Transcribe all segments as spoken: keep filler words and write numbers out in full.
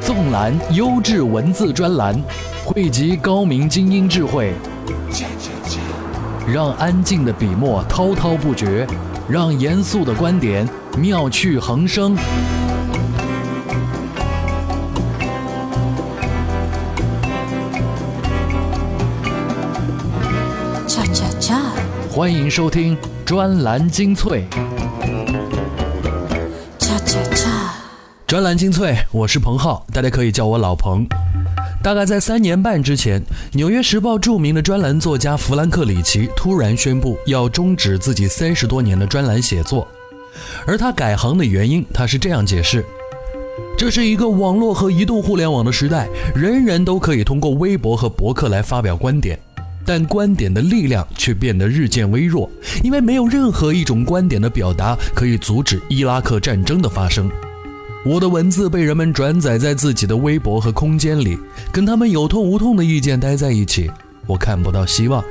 纵览优质文字专栏，汇集高明精英智慧，让安静的笔墨滔滔不绝，让严肃的观点妙趣横生。 恰恰恰， 欢迎收听专栏精粹。 恰恰恰， 专栏精粹，我是彭浩，大家可以叫我老彭。大概在三年半之前，纽约时报著名的专栏作家弗兰克·里奇突然宣布要终止自己三十多年的专栏写作，而他改行的原因，他是这样解释：这是一个网络和移动互联网的时代，人人都可以通过微博和博客来发表观点，但观点的力量却变得日渐微弱，因为没有任何一种观点的表达可以阻止伊拉克战争的发生。我的文字被人们转载在自己的微博和空间里，跟他们有痛无痛的意见待在一起，我看不到希望。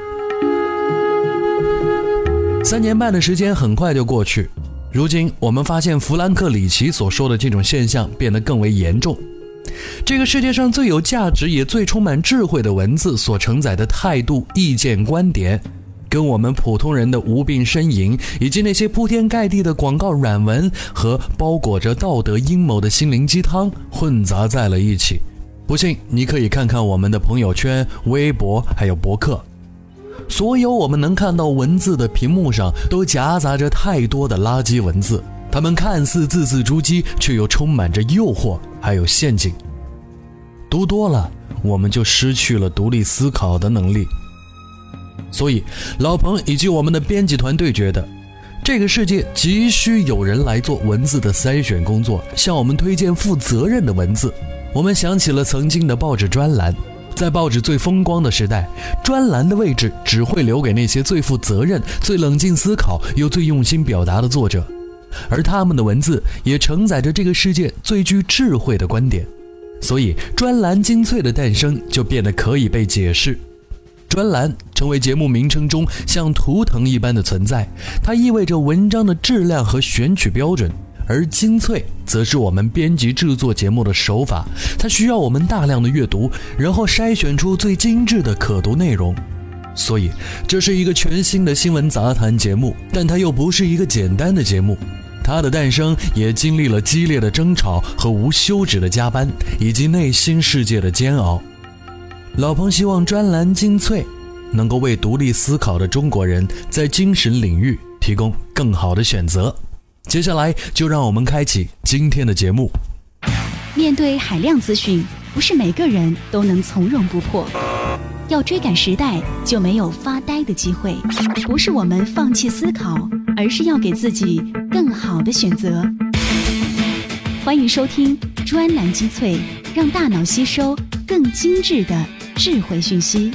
三年半的时间很快就过去，如今我们发现弗兰克·里奇所说的这种现象变得更为严重。这个世界上最有价值也最充满智慧的文字所承载的态度、意见、观点，跟我们普通人的无病呻吟，以及那些铺天盖地的广告软文和包裹着道德阴谋的心灵鸡汤混杂在了一起。不信你可以看看我们的朋友圈、微博还有博客，所有我们能看到文字的屏幕上都夹杂着太多的垃圾文字，它们看似字字珠玑，却又充满着诱惑还有陷阱。读多了，我们就失去了独立思考的能力。所以老彭以及我们的编辑团队觉得，这个世界急需有人来做文字的筛选工作，向我们推荐负责任的文字。我们想起了曾经的报纸专栏，在报纸最风光的时代，专栏的位置只会留给那些最负责任、最冷静思考又最用心表达的作者，而他们的文字也承载着这个世界最具智慧的观点。所以专栏精粹的诞生就变得可以被解释。专栏成为节目名称中像图腾一般的存在，它意味着文章的质量和选取标准，而精粹则是我们编辑制作节目的手法，它需要我们大量的阅读，然后筛选出最精致的可读内容。所以这是一个全新的新闻杂谈节目，但它又不是一个简单的节目，它的诞生也经历了激烈的争吵和无休止的加班，以及内心世界的煎熬。老彭希望专栏精粹能够为独立思考的中国人在精神领域提供更好的选择。接下来就让我们开启今天的节目。 面对海量资讯，不是每个人都能从容不迫。要追赶时代，就没有发呆的机会。不是我们放弃思考，而是要给自己更好的选择。欢迎收听专栏精粹，让大脑吸收更精致的智慧讯息。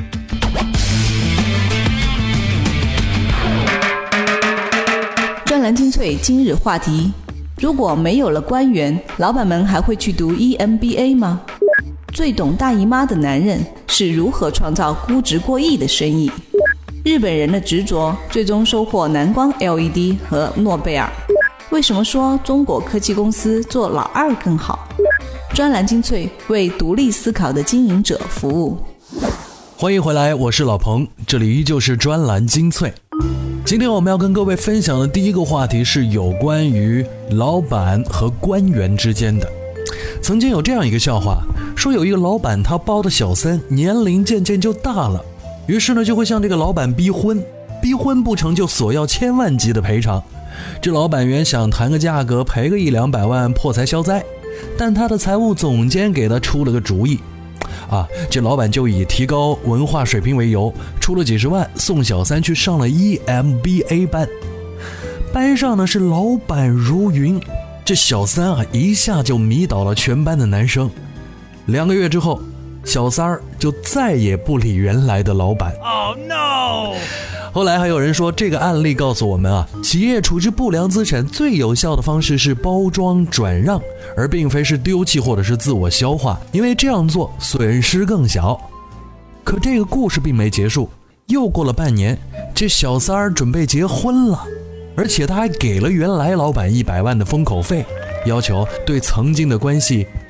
专栏精粹今日话题：如果没有了官员，老板们还会去读 E M B A 吗？最懂大姨妈的男人是如何创造估值过亿的生意？日本人的执着最终收获蓝光 L E D 和诺贝尔。为什么说中国科技公司做老二更好？专栏精粹为独立思考的经营者服务。 欢迎回来，我是老彭，这里依旧是专栏精粹。今天我们要跟各位分享的第一个话题是有关于老板和官员之间的。曾经有这样一个笑话，说有一个老板，他包的小三年龄渐渐就大了，于是呢就会向这个老板逼婚，逼婚不成就索要千万级的赔偿。这老板原想谈个价格赔个一两百万破财消灾，但他的财务总监给他出了个主意啊，这老板就以提高文化水平为由，出了几十万送小三去上了 E M B A 班。班上呢是老板如云，这小三啊一下就迷倒了全班的男生。两个月之后，小三儿就再也不理原来的老板。Oh no！ 后来还有人说，这个案例告诉我们啊，企业处置不良资产最有效的方式是包装转让，而并非是丢弃或者是自我消化，因为这样做损失更小。可这个故事并没结束，又过了半年，这小三儿准备结婚了，而且他还给了原来老板一百万的封口费，要求对曾经的关系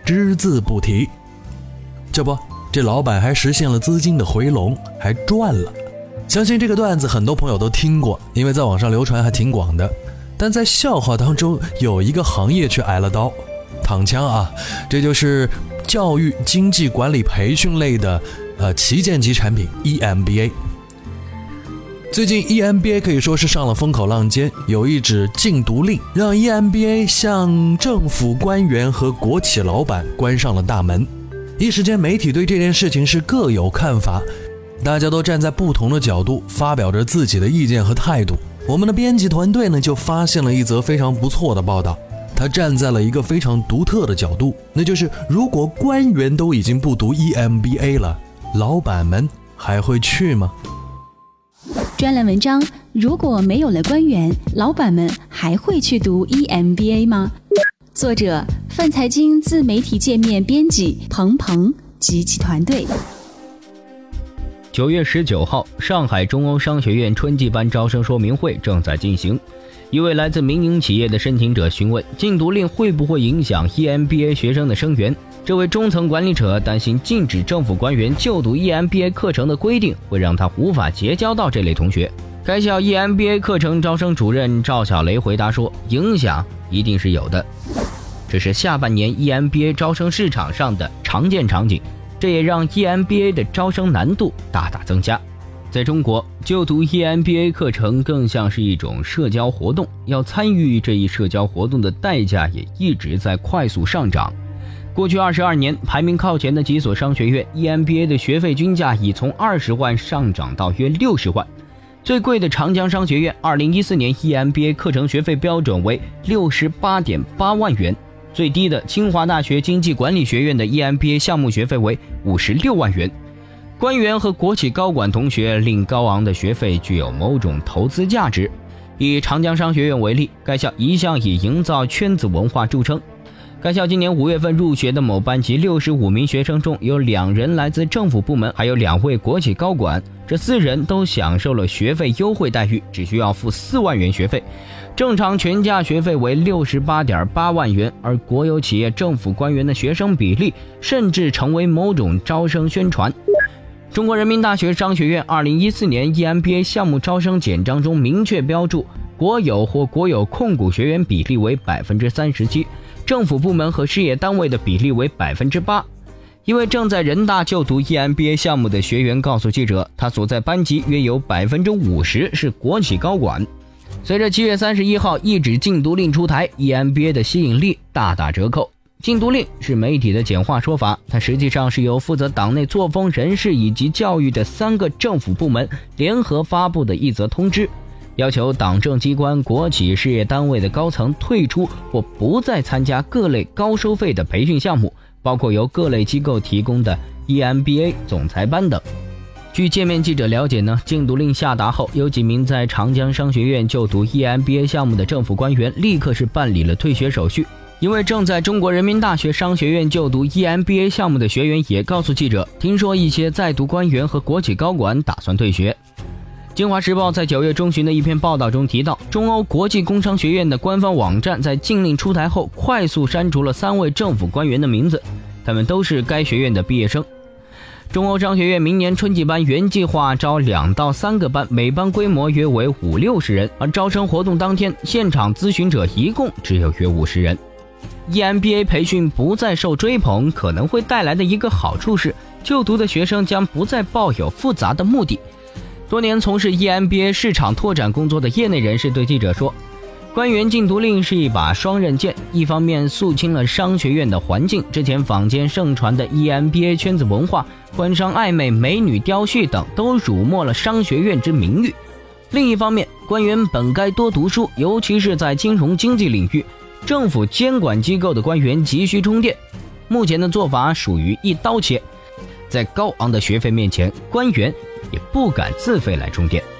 只字不提。这不，这老板还实现了资金的回笼，还赚了。相信这个段子很多朋友都听过，因为在网上流传还挺广的。但在笑话当中有一个行业却挨了刀，躺枪啊，这就是教育经济管理培训类的呃旗舰级产品 E M B A。 最近 E M B A 可以说是上了风口浪尖，有一纸禁毒令让 E M B A 向政府官员和国企老板关上了大门。一时间媒体对这件事情是各有看法，大家都站在不同的角度发表着自己的意见和态度。我们的编辑团队呢就发现了一则非常不错的报道，他站在了一个非常独特的角度，那就是如果官员都已经不读 E M B A 了，老板们还会去吗？ 专栏文章：如果没有了官员，老板们还会去读 E M B A 吗？作者：泛财经自媒体界面编辑彭鹏及其团队。 九月十九号，上海中欧商学院春季班招生说明会正在进行。一位来自民营企业的申请者询问，禁毒令会不会影响 E M B A 学生的生源？这位中层管理者担心禁止政府官员就读 E M B A 课程的规定会让他无法结交到这类同学。该校 E M B A 课程招生主任赵小雷回答说，影响一定是有的，这是下半年 E M B A 招生市场上的常见场景，这也让 E M B A 的招生难度大大增加。在中国，就读 E M B A 课程更像是一种社交活动，要参与这一社交活动的代价也一直在快速上涨。过去二十二年，排名靠前的几所商学院 E M B A 的学费均价已从二十万上涨到约六十万。最贵的长江商学院二零一四年 E M B A 课程学费标准为 六十八点八万元，最低的清华大学经济管理学院的 E M B A 项目学费为五十六万元。官员和国企高管同学令高昂的学费具有某种投资价值。以长江商学院为例，该校一向以营造圈子文化著称。该校今年五月份入学的某班级六十五名学生中有两人来自政府部门，还有两位国企高管，这四人都享受了学费优惠待遇，只需要付四万元学费。正常全价学费为 六十八点八万元，而国有企业政府官员的学生比例甚至成为某种招生宣传。中国人民大学商学院二零一四年 E M B A 项目招生简章中明确标注，国有或国有控股学员比例为 百分之三十七， 政府部门和事业单位的比例为 百分之八。 一位正在人大就读 E M B A 项目的学员告诉记者，他所在班级约有 百分之五十 是国企高管。随着七月三十一号一纸禁毒令出台， E M B A 的吸引力大打折扣。禁毒令是媒体的简化说法，它实际上是由负责党内作风、人事以及教育的三个政府部门联合发布的一则通知，要求党政机关、国企事业单位的高层退出或不再参加各类高收费的培训项目，包括由各类机构提供的 E M B A 总裁班等。据界面记者了解呢，禁毒令下达后，有几名在长江商学院就读 E M B A 项目的政府官员立刻是办理了退学手续。一位正在中国人民大学商学院就读 E M B A 项目的学员也告诉记者，听说一些在读官员和国企高管打算退学。京华时报在九月中旬的一篇报道中提到，中欧国际工商学院的官方网站在禁令出台后快速删除了三位政府官员的名字，他们都是该学院的毕业生。中欧商学院明年春季班原计划招两到三个班，每班规模约为五六十人，而招生活动当天，现场咨询者一共只有约五十人。E M B A 培训不再受追捧，可能会带来的一个好处是，就读的学生将不再抱有复杂的目的。多年从事 E M B A 市场拓展工作的业内人士对记者说，官员禁毒令是一把双刃剑，一方面肃清了商学院的环境，之前坊间盛传的 E M B A 圈子文化、官商暧昧、美女雕絮等都辱没了商学院之名誉；另一方面，官员本该多读书，尤其是在金融经济领域，政府监管机构的官员急需充电。目前的做法属于一刀切，在高昂的学费面前，官员也不敢自费来充电。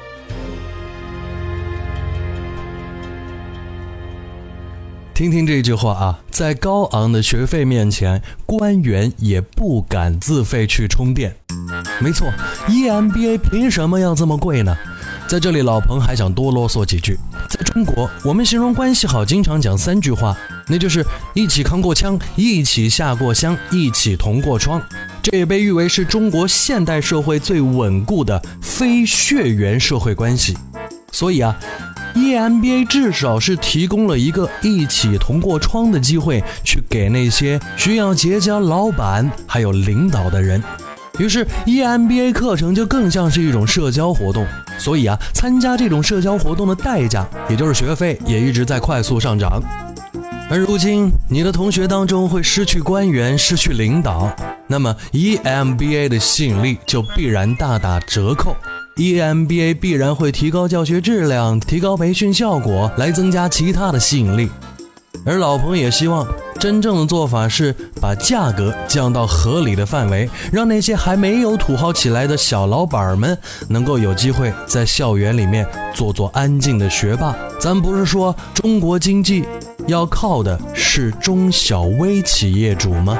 听听这句话啊，在高昂的学费面前，官员也不敢自费去充电。没错， E M B A 凭什么要这么贵呢？ 在这里老彭还想多啰嗦几句。在中国，我们形容关系好经常讲三句话，那就是一起扛过枪，一起下过乡，一起同过窗。这也被誉为是中国现代社会最稳固的非血缘社会关系。所以啊E M B A 至少是提供了一个一起同过窗的机会，去给那些需要结交老板还有领导的人。于是 E M B A 课程就更像是一种社交活动，所以啊，参加这种社交活动的代价，也就是学费，也一直在快速上涨。而如今你的同学当中会失去官员，失去领导，那么 E M B A 的吸引力就必然大打折扣。E M B A 必然会提高教学质量，提高培训效果，来增加其他的吸引力。而老彭也希望真正的做法是把价格降到合理的范围，让那些还没有土豪起来的小老板们能够有机会在校园里面做做安静的学霸。咱不是说中国经济要靠的是中小微企业主吗？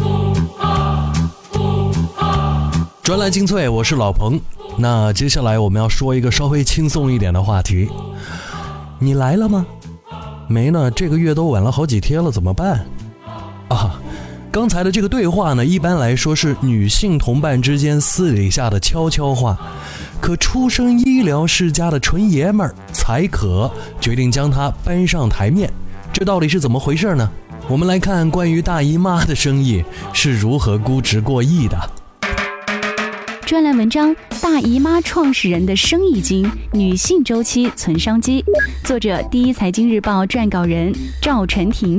专栏精粹，我是老彭。那接下来我们要说一个稍微轻松一点的话题。你来了吗？没呢，这个月都晚了好几天了，怎么办？啊，刚才的这个对话呢，一般来说是女性同伴之间私底下的悄悄话，可出身医疗世家的纯爷们儿才可决定将它搬上台面，这到底是怎么回事呢？我们来看关于大姨妈的生意是如何估值过亿的。 专栏文章：大姨妈创始人的生意经，女性周期存商机。作者：第一财经日报撰稿人赵晨婷。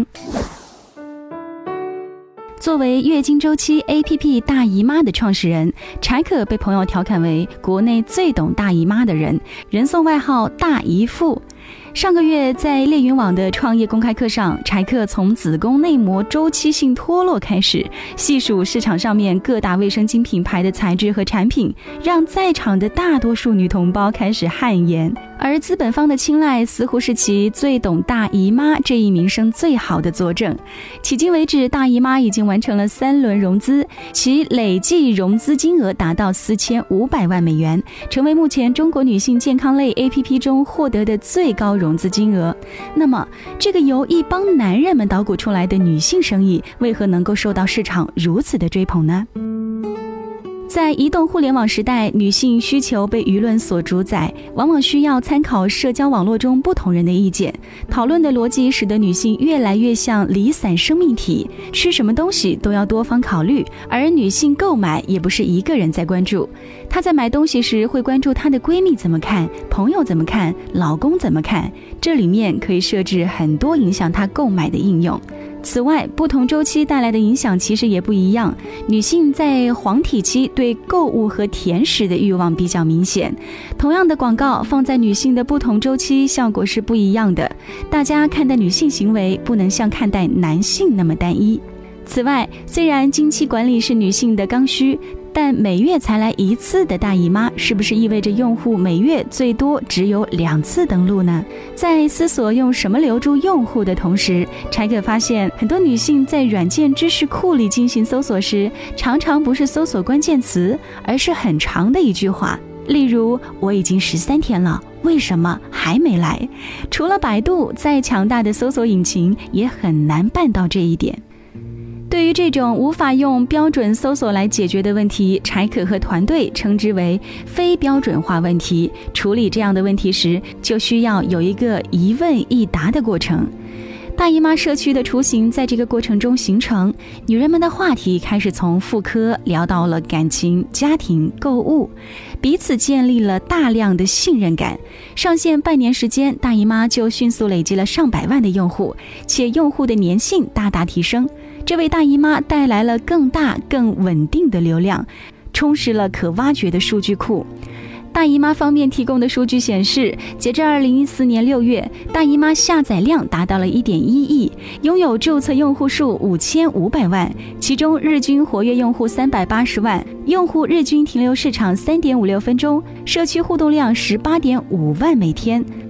作为月经周期 A P P 大姨妈的创始人，柴可被朋友调侃为国内最懂大姨妈的人，人送外号大姨父。上个月在猎云网的创业公开课上，柴可从子宫内膜周期性脱落开始，细数市场上面各大卫生巾品牌的材质和产品，让在场的大多数女同胞开始汗颜。而资本方的青睐似乎是其最懂大姨妈这一名声最好的佐证。迄今为止，大姨妈已经完成了三轮融资，其累计融资金额达到四千五百万美元，成为目前中国女性健康类 A P P 中获得的最高融资金额。那么，这个由一帮男人们捣鼓出来的女性生意，为何能够受到市场如此的追捧呢？在移动互联网时代，女性需求被舆论所主宰，往往需要参考社交网络中不同人的意见。讨论的逻辑使得女性越来越像离散生命体，吃什么东西都要多方考虑，而女性购买也不是一个人在关注。她在买东西时会关注她的闺蜜怎么看，朋友怎么看，老公怎么看，这里面可以设置很多影响她购买的应用。此外，不同周期带来的影响其实也不一样。女性在黄体期对购物和甜食的欲望比较明显，同样的广告放在女性的不同周期，效果是不一样的。大家看待女性行为不能像看待男性那么单一。此外，虽然经期管理是女性的刚需，但每月才来一次的大姨妈，是不是意味着用户每月最多只有两次登录呢？在思索用什么留住用户的同时，柴可发现很多女性在软件知识库里进行搜索时，常常不是搜索关键词，而是很长的一句话。例如，我已经十三天了，为什么还没来？除了百度，再强大的搜索引擎也很难办到这一点。对于这种无法用标准搜索来解决的问题，柴可和团队称之为非标准化问题。处理这样的问题时，就需要有一个一问一答的过程。大姨妈社区的雏形在这个过程中形成，女人们的话题开始从妇科聊到了感情、家庭、购物，彼此建立了大量的信任感。上线半年时间，大姨妈就迅速累积了上百万的用户，且用户的粘性大大提升。这为大姨妈带来了更大、更稳定的流量，充实了可挖掘的数据库。大姨妈方面提供的数据显示，截至二零一四年六月，大姨妈下载量达到了 一点一亿，拥有注册用户数五千五百万，其中日均活跃用户三百八十万，用户日均停留市场 三点五六分钟，社区互动量 十八点五万每天。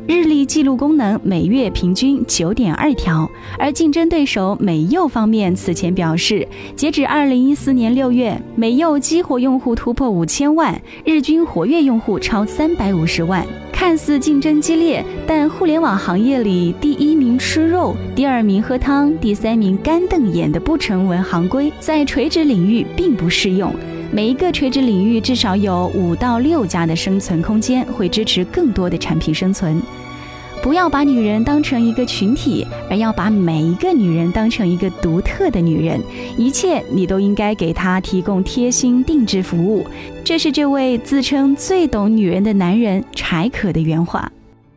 日历记录功能每月平均 九点二条。而竞争对手美柚方面此前表示，截止二零一四年六月，美柚激活用户突破五千万，日均活跃用户超三百五十万。看似竞争激烈，但互联网行业里第一名吃肉，第二名喝汤，第三名干瞪眼的不成文行规，在垂直领域并不适用。每一个垂直领域至少有五到六家的生存空间，会支持更多的产品生存。不要把女人当成一个群体，而要把每一个女人当成一个独特的女人，一切你都应该给她提供贴心定制服务。这是这位自称最懂女人的男人柴可的原话。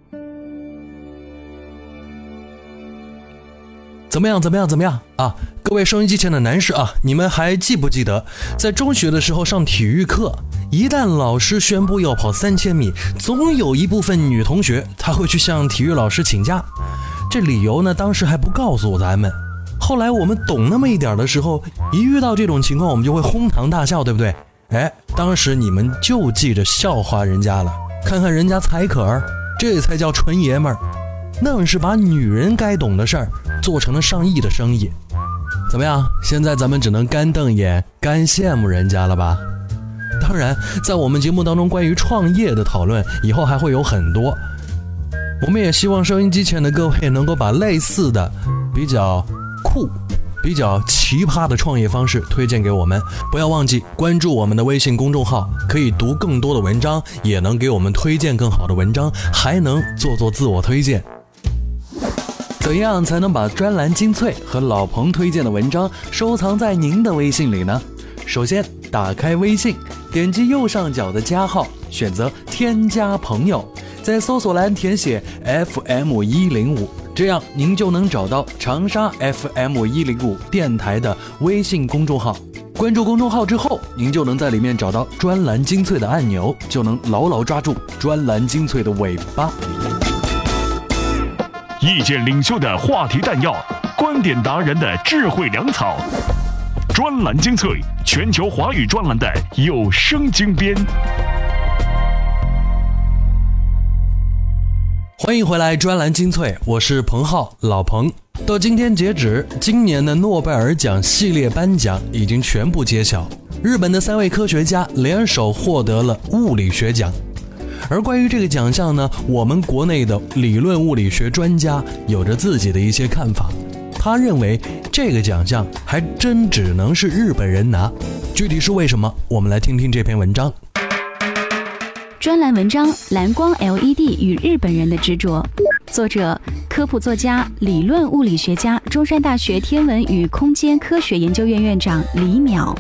怎么样怎么样怎么样啊，各位收音机前的男士啊，你们还记不记得在中学的时候上体育课，一旦老师宣布要跑三千米，总有一部分女同学她会去向体育老师请假。这理由呢，当时还不告诉咱们，后来我们懂那么一点的时候，一遇到这种情况我们就会哄堂大笑，对不对？哎，当时你们就记着笑话人家了，看看人家才可儿，这才叫纯爷们儿，愣是把女人该懂的事儿做成了上亿的生意。怎么样，现在咱们只能干瞪眼干羡慕人家了吧？当然在我们节目当中关于创业的讨论以后还会有很多，我们也希望收音机前的各位能够把类似的比较酷比较奇葩的创业方式推荐给我们。不要忘记关注我们的微信公众号，可以读更多的文章，也能给我们推荐更好的文章，还能做做自我推荐。怎样才能把专栏精粹和老彭推荐的文章收藏在您的微信里呢？首先打开微信，点击右上角的加号，选择添加朋友，在搜索栏填写 F M 一零五，这样您就能找到长沙 F M 一零五电台的微信公众号。关注公众号之后，您就能在里面找到专栏精粹的按钮，就能牢牢抓住专栏精粹的尾巴。 意见领袖的话题弹药，观点达人的智慧粮草，专栏精粹，全球华语专栏的有声精编。 欢迎回来，专栏精粹，我是彭浩，老彭。到今天截止，今年的诺贝尔奖系列颁奖已经全部揭晓，日本的三位科学家联手获得了物理学奖。而关于这个奖项呢，我们国内的理论物理学专家有着自己的一些看法。他认为这个奖项还真只能是日本人拿，具体是为什么？我们来听听这篇文章。 专栏文章：蓝光 L E D 与日本人的执着。作者：科普作家、理论物理学家，中山大学天文与空间科学研究院院长李淼。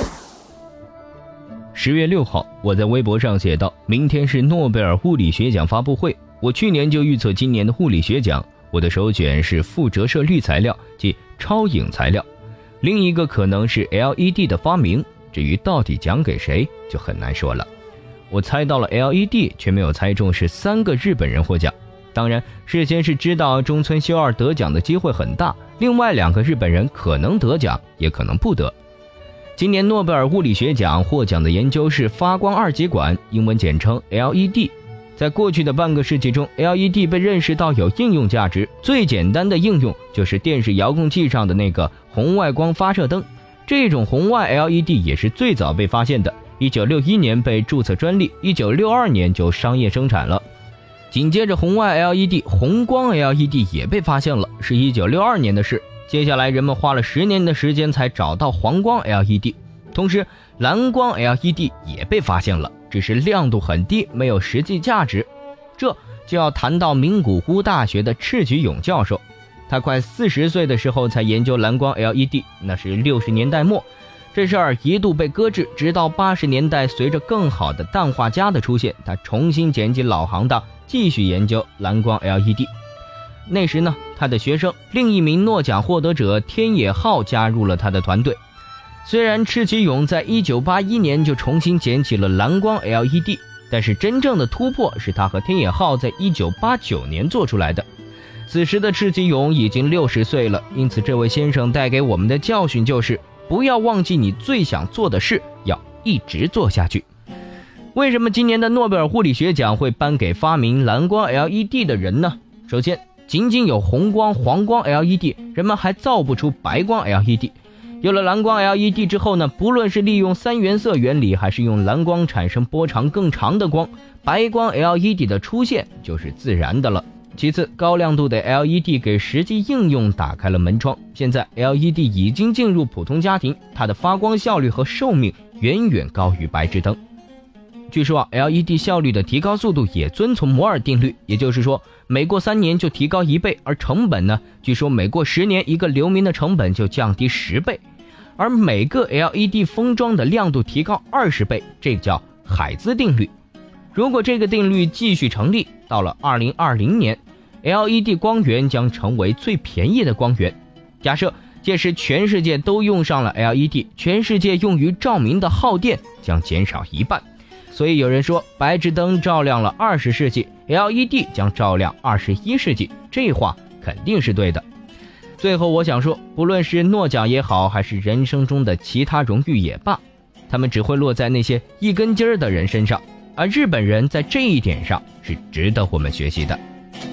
十月六号，我在微博上写道：明天是诺贝尔物理学奖发布会。我去年就预测今年的物理学奖，我的首选是负折射率材料，即超影材料。另一个可能是 L E D 的发明，至于到底奖给谁，就很难说了。我猜到了 L E D， 却没有猜中是三个日本人获奖。当然，事先是知道中村修二得奖的机会很大，另外两个日本人可能得奖，也可能不得。今年诺贝尔物理学奖获奖的研究是发光二极管，英文简称 L E D。 在过去的半个世纪中， L E D 被认识到有应用价值，最简单的应用就是电视遥控器上的那个红外光发射灯。这种红外 L E D 也是最早被发现的，一九六一年被注册专利，一九六二年就商业生产了。紧接着红外 L E D 红光 L E D 也被发现了，是一九六二年的事。接下来人们花了十年的时间才找到黄光 L E D， 同时蓝光 L E D 也被发现了，只是亮度很低，没有实际价值。这就要谈到名古屋大学的赤菊勇教授，他快四十岁的时候才研究蓝光 L E D， 那是六十年代末。这事儿一度被搁置，直到八十年代随着更好的氮化镓的出现，他重新捡起老行当，继续研究蓝光 L E D。那时呢，他的学生另一名诺奖获得者天野浩加入了他的团队。虽然赤崎勇在一九八一年就重新捡起了蓝光 L E D， 但是真正的突破是他和天野浩在一九八九年做出来的。此时的赤崎勇已经六十岁了，因此这位先生带给我们的教训就是不要忘记你最想做的事，要一直做下去。 为什么今年的诺贝尔物理学奖会颁给发明蓝光 L E D 的人呢？首先，仅仅有红光、黄光 L E D， 人们还造不出白光 L E D。有了蓝光 L E D 之后呢，不论是利用三原色原理，还是用蓝光产生波长更长的光，白光 L E D 的出现就是自然的了。其次，高亮度的 L E D 给实际应用打开了门窗。现在 L E D 已经进入普通家庭，它的发光效率和寿命远远高于白炽灯。据说啊 L E D 效率的提高速度也遵从摩尔定律，也就是说每过三年就提高一倍，而成本呢，据说每过十年一个流明的成本就降低十倍，而每个 L E D 封装的亮度提高二十倍，这个叫海兹定律。如果这个定律继续成立，到了二零二零年 L E D 光源将成为最便宜的光源。假设届时全世界都用上了 L E D， 全世界用于照明的耗电将减少一半。所以有人说，白炽灯照亮了二十世纪， L E D 将照亮二十一世纪，这话肯定是对的。最后我想说，不论是诺奖也好，还是人生中的其他荣誉也罢，他们只会落在那些一根筋儿的人身上，而日本人在这一点上是值得我们学习的。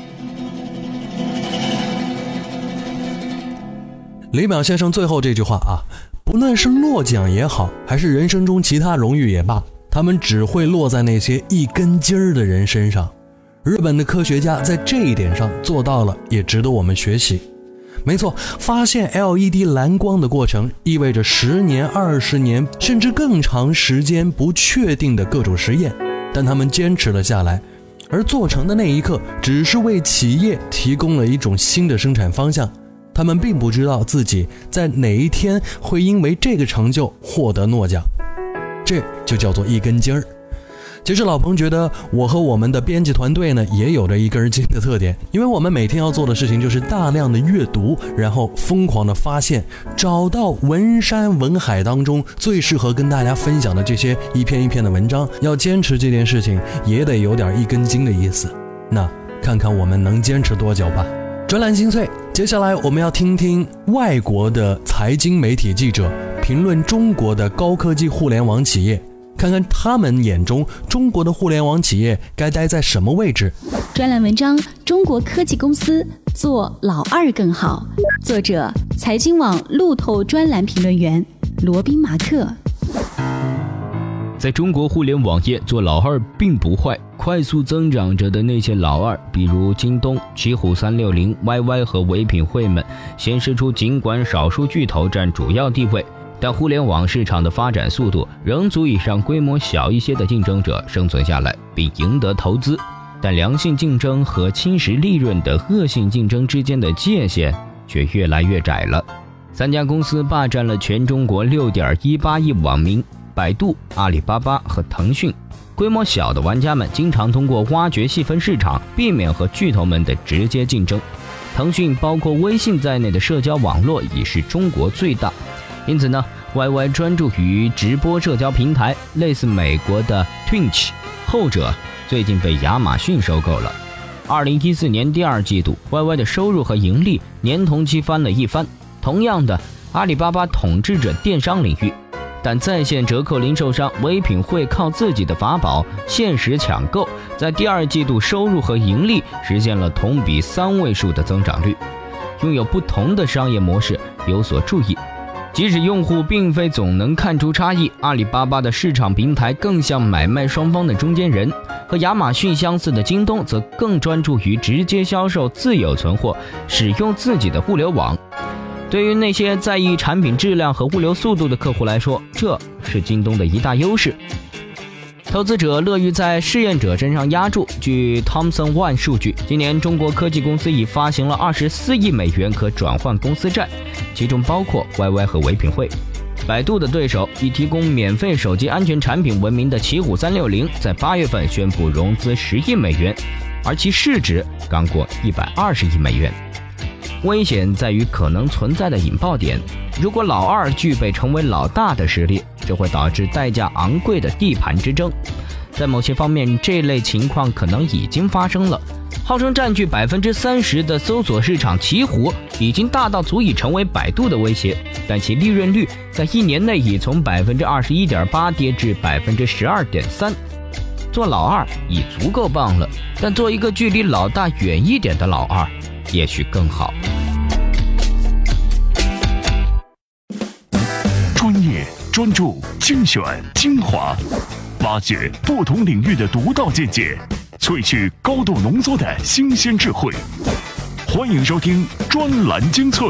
李淼先生最后这句话啊，不论是诺奖也好，还是人生中其他荣誉也罢，他们只会落在那些一根筋儿的人身上。日本的科学家在这一点上做到了，也值得我们学习。没错，发现 L E D 蓝光的过程意味着十年、二十年甚至更长时间不确定的各种实验，但他们坚持了下来，而做成的那一刻只是为企业提供了一种新的生产方向。他们并不知道自己在哪一天会因为这个成就获得诺奖，这就叫做一根筋儿。其实老彭觉得我和我们的编辑团队呢也有着一根筋的特点，因为我们每天要做的事情就是大量的阅读，然后疯狂的发现，找到文山文海当中最适合跟大家分享的这些一篇一篇的文章。要坚持这件事情也得有点一根筋的意思，那看看我们能坚持多久吧。专栏精粹，接下来我们要听听外国的财经媒体记者评论中国的高科技互联网企业，看看他们眼中中国的互联网企业该待在什么位置。 专栏文章：中国科技公司做老二更好，作者：财经网路透专栏评论员罗宾马克。 在中国互联网业做老二并不坏，快速增长着的那些老二，比如京东、奇虎三六零、Y Y 和唯品会们，显示出尽管少数巨头占主要地位，但互联网市场的发展速度仍足以让规模小一些的竞争者生存下来并赢得投资。但良性竞争和侵蚀利润的恶性竞争之间的界限却越来越窄了。三家公司霸占了全中国 六点一八亿网民，百度、阿里巴巴和腾讯。规模小的玩家们经常通过挖掘细分市场，避免和巨头们的直接竞争。腾讯包括微信在内的社交网络已是中国最大，因此呢 Y Y 专注于直播社交平台，类似美国的 Twitch， 后者最近被亚马逊收购了。二零一四年第二季度 Y Y 的收入和盈利年同期翻了一番。同样的，阿里巴巴统治着电商领域，但在线折扣零售商唯品会靠自己的法宝限时抢购，在第二季度收入和盈利实现了同比三位数的增长率。拥有不同的商业模式有所注意，即使用户并非总能看出差异，阿里巴巴的市场平台更像买卖双方的中间人，和亚马逊相似的京东则更专注于直接销售自有存货，使用自己的物流网。对于那些在意产品质量和物流速度的客户来说，这是京东的一大优势。投资者乐于在试验者身上押注。据 Thomson One 数据，今年中国科技公司已发行了二十四亿美元可转换公司债，其中包括 Y Y 和唯品会。百度的对手，以提供免费手机安全产品闻名的奇虎三六零，在八月份宣布融资十亿美元，而其市值刚过一百二十亿美元。危险在于可能存在的引爆点，如果老二具备成为老大的实力，这会导致代价昂贵的地盘之争。在某些方面，这类情况可能已经发生了。号称占据 百分之三十 的搜索市场奇虎已经大到足以成为百度的威胁，但其利润率在一年内已从 百分之二十一点八 跌至 百分之十二点三。 做老二已足够棒了，但做一个距离老大远一点的老二，也许更好。 专业、专注、精选、精华，挖掘不同领域的独到见解，萃取高度浓缩的新鲜智慧。欢迎收听专栏精粹。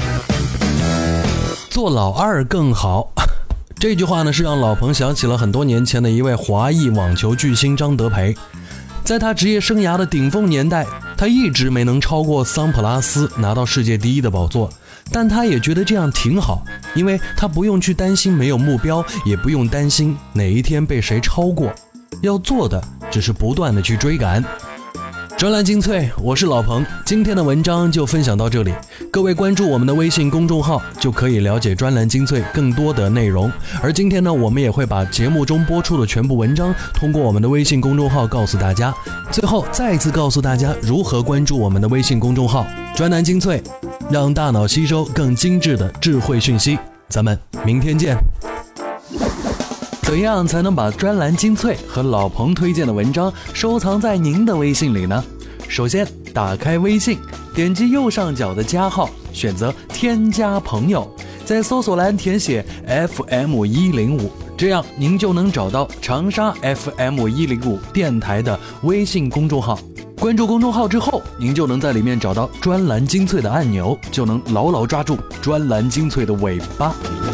做老二更好，这句话呢是让老彭想起了很多年前的一位华裔网球巨星张德培。在他职业生涯的顶峰年代，他一直没能超过桑普拉斯拿到世界第一的宝座，但他也觉得这样挺好，因为他不用去担心没有目标，也不用担心哪一天被谁超过，要做的只是不断的去追赶。专栏精粹，我是老彭，今天的文章就分享到这里。各位关注我们的微信公众号，就可以了解专栏精粹更多的内容。而今天呢，我们也会把节目中播出的全部文章通过我们的微信公众号告诉大家。最后再一次告诉大家如何关注我们的微信公众号专栏精粹，让大脑吸收更精致的智慧讯息。咱们明天见。怎样才能把专栏精粹和老彭推荐的文章收藏在您的微信里呢？首先打开微信，点击右上角的加号，选择添加朋友，在搜索栏填写 F M 一零五， 这样您就能找到长沙 F M 一零五 电台的微信公众号。关注公众号之后，您就能在里面找到专栏精粹的按钮，就能牢牢抓住专栏精粹的尾巴。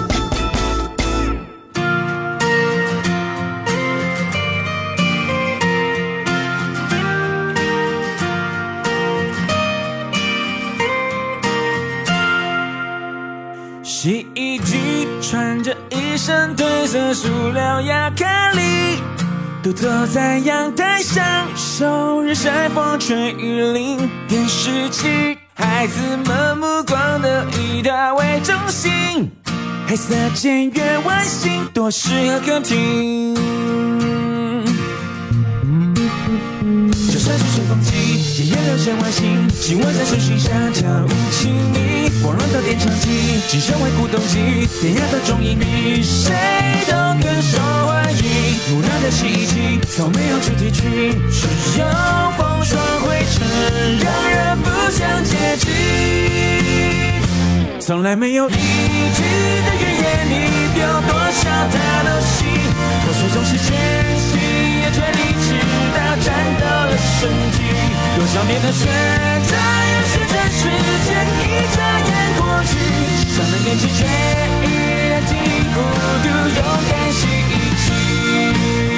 洗衣机穿着一身褪色塑料亚克力，独坐在阳台享受日晒风吹雨淋。电视机孩子们目光的以它为中心，黑色简约外形多适合客厅。就算是吹风机也留下外形，紧握在手心上跳舞亲密，光荣的电唱机只身为古董机，典雅的中音比谁都更受欢迎。木讷的洗衣机从没有主题曲，只有风霜灰尘让人不想接近，从来没有一句的怨言，你丢多少他都信，口水总是坚信也全力直到战斗了身体，多少年的学长也是这时间一眨眼过去，上了年纪却依然经历孤独，勇敢洗衣机。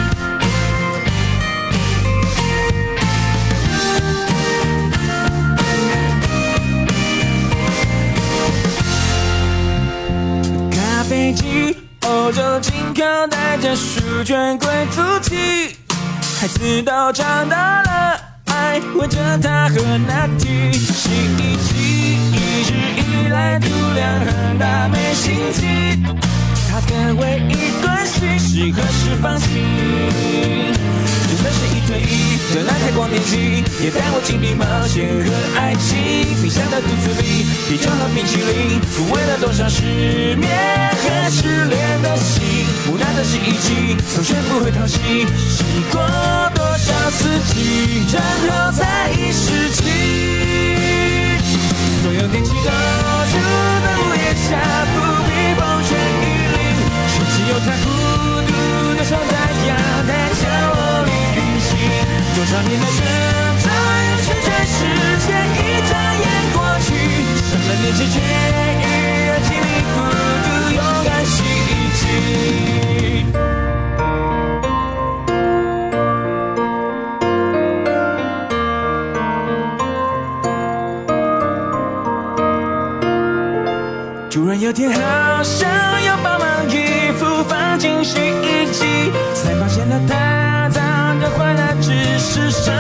咖啡机欧洲进口带着书卷贵族气，孩子都长大了，爱混着它和拿铁。洗衣机一直以来度量很大，没心机，它的唯一关系是何时放弃。就算是一推一的蓝台光电机，也带我经历冒险和爱情。冰箱的肚子里，啤酒和冰淇淋，抚慰了多少失眠和失恋的心。木讷的洗衣机，从学不会讨喜，洗过多少四季，然后才意识起，所有电器都住在屋檐下，不必风吹雨淋，甚至有它孤独的手在阳台角落里运行。多少年的成长，也是全世界一眨眼过去，上了年纪却依然经历孤独，勇敢洗衣机。突然有天好想要把忙衣服放进洗衣机，才发现了它脏的坏了只是上